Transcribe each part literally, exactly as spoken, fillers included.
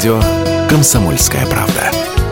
Радио «Комсомольская правда».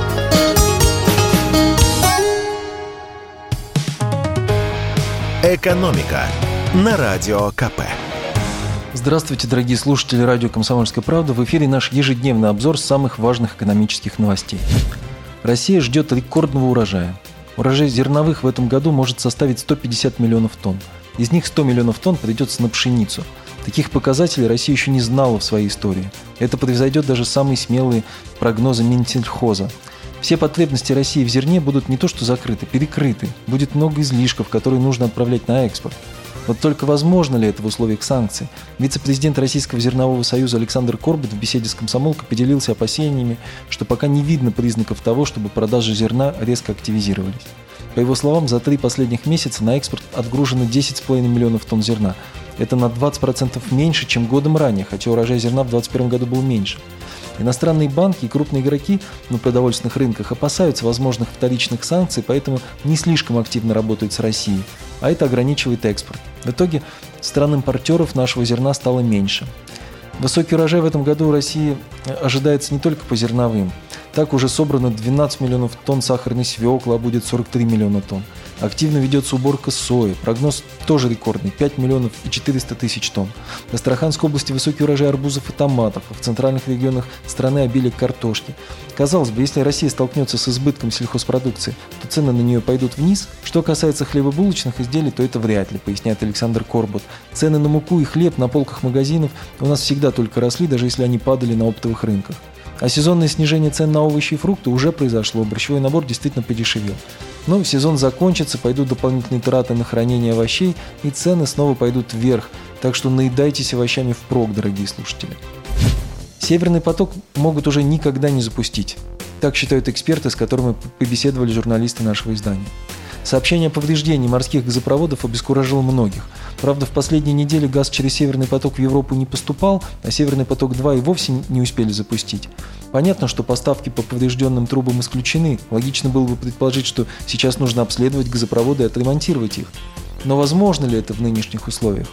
«Экономика» на Радио КП. Здравствуйте, дорогие слушатели радио «Комсомольская правда». В эфире наш ежедневный обзор самых важных экономических новостей. Россия ждет рекордного урожая. Урожай зерновых в этом году может составить сто пятьдесят миллионов тонн. Из них сто миллионов тонн придется на пшеницу. Таких показателей Россия еще не знала в своей истории. Это превзойдет даже самые смелые прогнозы Минсельхоза. Все потребности России в зерне будут не то что закрыты, перекрыты. Будет много излишков, которые нужно отправлять на экспорт. Вот только возможно ли это в условиях санкций? Вице-президент Российского зернового союза Александр Корбут в беседе с «Комсомолкой» поделился опасениями, что пока не видно признаков того, чтобы продажи зерна резко активизировались. По его словам, за три последних месяца на экспорт отгружено десять целых пять десятых миллионов тонн зерна. Это на двадцать процентов меньше, чем годом ранее, хотя урожай зерна в две тысячи двадцать первом году был меньше. Иностранные банки и крупные игроки на продовольственных рынках опасаются возможных вторичных санкций, поэтому не слишком активно работают с Россией, а это ограничивает экспорт. В итоге стран-импортеров нашего зерна стало меньше. Высокий урожай в этом году у России ожидается не только по зерновым. Так уже собрано двенадцать миллионов тонн сахарной свеклы, а будет сорок три миллиона тонн. Активно ведется уборка сои. Прогноз тоже рекордный – пять миллионов и четыреста тысяч тонн. В Астраханской области высокий урожай арбузов и томатов, а в центральных регионах страны обилие картошки. Казалось бы, если Россия столкнется с избытком сельхозпродукции, то цены на нее пойдут вниз. Что касается хлебобулочных изделий, то это вряд ли, поясняет Александр Корбут. Цены на муку и хлеб на полках магазинов у нас всегда только росли, даже если они падали на оптовых рынках. А сезонное снижение цен на овощи и фрукты уже произошло, борщевой набор действительно подешевел. Но сезон закончится, пойдут дополнительные траты на хранение овощей, и цены снова пойдут вверх, так что наедайтесь овощами впрок, дорогие слушатели. Северный поток могут уже никогда не запустить. Так считают эксперты, с которыми побеседовали журналисты нашего издания. Сообщение о повреждении морских газопроводов обескуражило многих. Правда, в последние недели газ через Северный поток в Европу не поступал, а Северный поток-два и вовсе не успели запустить. Понятно, что поставки по поврежденным трубам исключены. Логично было бы предположить, что сейчас нужно обследовать газопроводы и отремонтировать их. Но возможно ли это в нынешних условиях?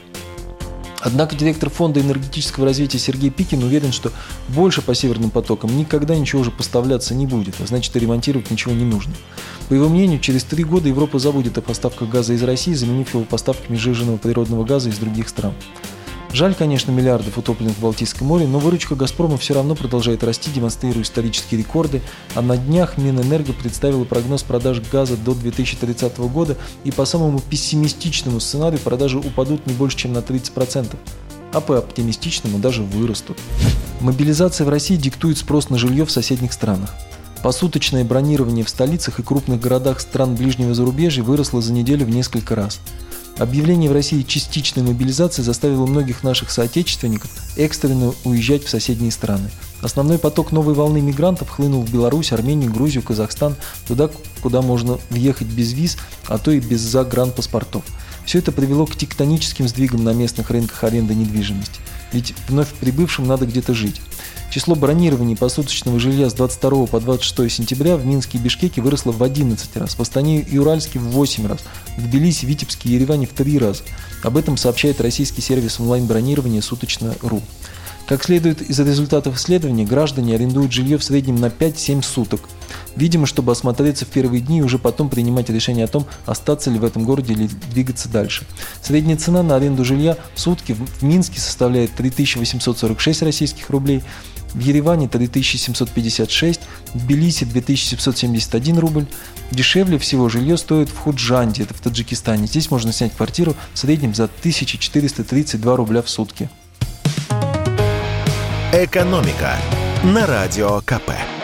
Однако директор Фонда энергетического развития Сергей Пикин уверен, что больше по Северным потокам никогда ничего уже поставляться не будет, а значит и ремонтировать ничего не нужно. По его мнению, через три года Европа забудет о поставках газа из России, заменив его поставками сжиженного природного газа из других стран. Жаль, конечно, миллиардов утопленных в Балтийском море, но выручка «Газпрома» все равно продолжает расти, демонстрируя исторические рекорды, а на днях Минэнерго представила прогноз продаж газа до две тысячи тридцатого года, и по самому пессимистичному сценарию продажи упадут не больше, чем на тридцать процентов, а по оптимистичному даже вырастут. Мобилизация в России диктует спрос на жилье в соседних странах. Посуточное бронирование в столицах и крупных городах стран ближнего зарубежья выросло за неделю в несколько раз. Объявление в России частичной мобилизации заставило многих наших соотечественников экстренно уезжать в соседние страны. Основной поток новой волны мигрантов хлынул в Беларусь, Армению, Грузию, Казахстан, туда, куда можно въехать без виз, а то и без загранпаспортов. Все это привело к тектоническим сдвигам на местных рынках аренды недвижимости. Ведь вновь прибывшим надо где-то жить. Число бронирований посуточного жилья с двадцать второго по двадцать шестое сентября в Минске и Бишкеке выросло в одиннадцать раз, в Астане и Уральске в восемь раз, в Тбилиси, Витебске и Ереване в три раза. Об этом сообщает российский сервис онлайн-бронирования «Суточно точка ру». Как следует из результатов исследования, граждане арендуют жилье в среднем на пять-семь суток. Видимо, чтобы осмотреться в первые дни и уже потом принимать решение о том, остаться ли в этом городе или двигаться дальше. Средняя цена на аренду жилья в сутки в Минске составляет три тысячи восемьсот сорок шесть российских рублей, в Ереване три тысячи семьсот пятьдесят шесть, в Тбилиси две тысячи семьсот семьдесят один рубль. Дешевле всего жилье стоит в Худжанде, это в Таджикистане. Здесь можно снять квартиру в среднем за тысяча четыреста тридцать два рубля в сутки. «Экономика» на Радио КП.